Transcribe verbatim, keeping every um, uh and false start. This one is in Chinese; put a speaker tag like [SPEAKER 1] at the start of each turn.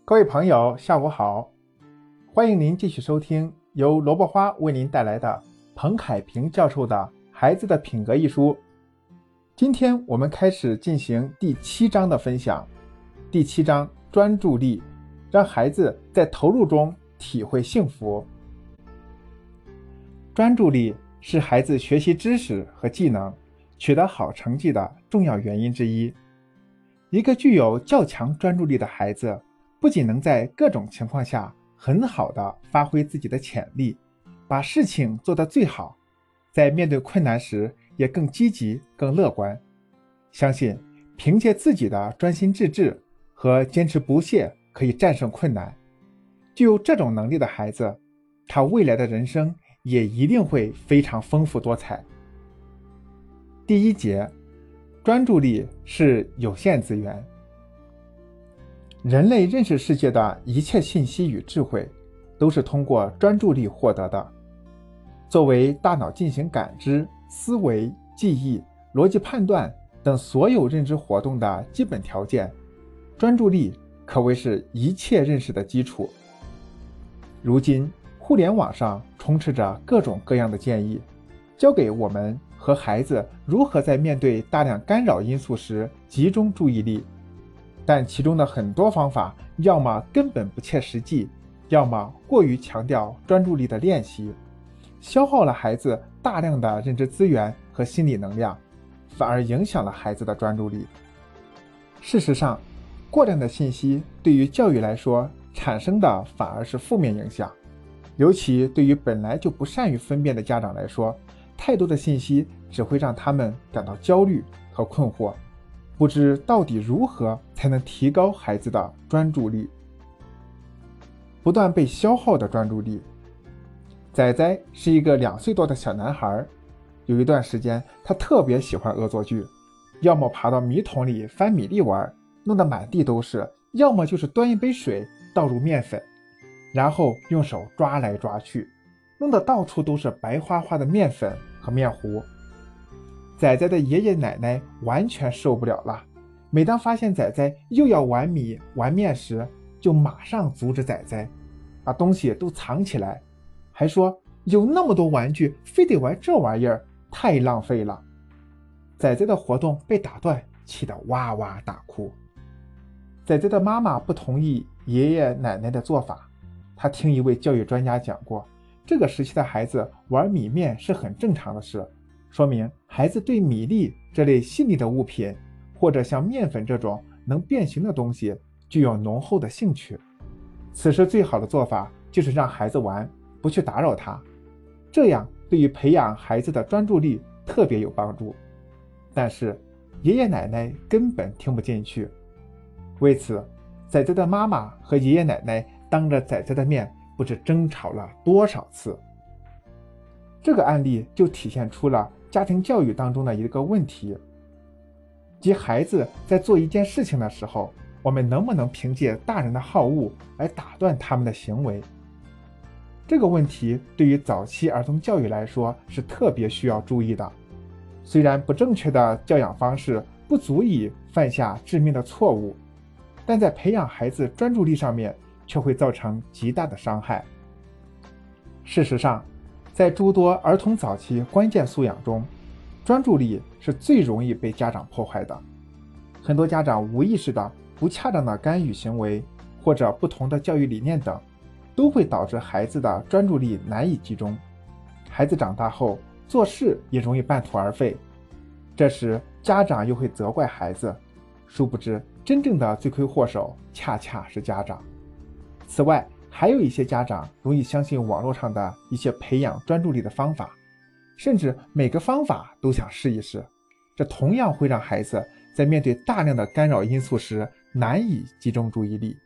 [SPEAKER 1] 各位朋友，下午好！欢迎您继续收听由萝卜花为您带来的彭海平教授的《孩子的品格》一书。今天我们开始进行第七章的分享。第七章，专注力，让孩子在投入中体会幸福。专注力是孩子学习知识和技能、取得好成绩的重要原因之一。一个具有较强专注力的孩子，不仅能在各种情况下很好地发挥自己的潜力，把事情做得最好，在面对困难时也更积极、更乐观。相信凭借自己的专心致志和坚持不懈可以战胜困难。具有这种能力的孩子，他未来的人生也一定会非常丰富多彩。第一节，专注力是有限资源。人类认识世界的一切信息与智慧，都是通过专注力获得的。作为大脑进行感知、思维、记忆、逻辑判断等所有认知活动的基本条件，专注力可谓是一切认识的基础。如今，互联网上充斥着各种各样的建议，教给我们和孩子如何在面对大量干扰因素时集中注意力。但其中的很多方法要么根本不切实际，要么过于强调专注力的练习，消耗了孩子大量的认知资源和心理能量，反而影响了孩子的专注力。事实上，过量的信息对于教育来说产生的反而是负面影响，尤其对于本来就不善于分辨的家长来说，太多的信息只会让他们感到焦虑和困惑，不知到底如何才能提高孩子的专注力。不断被消耗的专注力。仔仔是一个两岁多的小男孩，有一段时间他特别喜欢恶作剧，要么爬到米桶里翻米粒玩，弄得满地都是，要么就是端一杯水倒入面粉，然后用手抓来抓去，弄得到处都是白花花的面粉和面糊。仔仔的爷爷奶奶完全受不了了，每当发现仔仔又要玩米玩面时，就马上阻止仔仔，把东西都藏起来，还说有那么多玩具非得玩这玩意儿，太浪费了。仔仔的活动被打断，气得哇哇大哭。仔仔的妈妈不同意爷爷奶奶的做法，她听一位教育专家讲过，这个时期的孩子玩米面是很正常的事，说明孩子对米粒这类细腻的物品，或者像面粉这种能变形的东西具有浓厚的兴趣。此时最好的做法就是让孩子玩，不去打扰他，这样对于培养孩子的专注力特别有帮助。但是爷爷奶奶根本听不进去，为此仔仔的妈妈和爷爷奶奶当着仔仔的面不知争吵了多少次。这个案例就体现出了家庭教育当中的一个问题，即孩子在做一件事情的时候，我们能不能凭借大人的好恶来打断他们的行为。这个问题对于早期儿童教育来说是特别需要注意的。虽然不正确的教养方式不足以犯下致命的错误，但在培养孩子专注力上面却会造成极大的伤害。事实上，在诸多儿童早期关键素养中，专注力是最容易被家长破坏的。很多家长无意识的不恰当的干预行为，或者不同的教育理念等，都会导致孩子的专注力难以集中。孩子长大后做事也容易半途而废，这时家长又会责怪孩子，殊不知真正的罪魁祸首恰恰是家长。此外，还有一些家长容易相信网络上的一些培养专注力的方法，甚至每个方法都想试一试，这同样会让孩子在面对大量的干扰因素时难以集中注意力。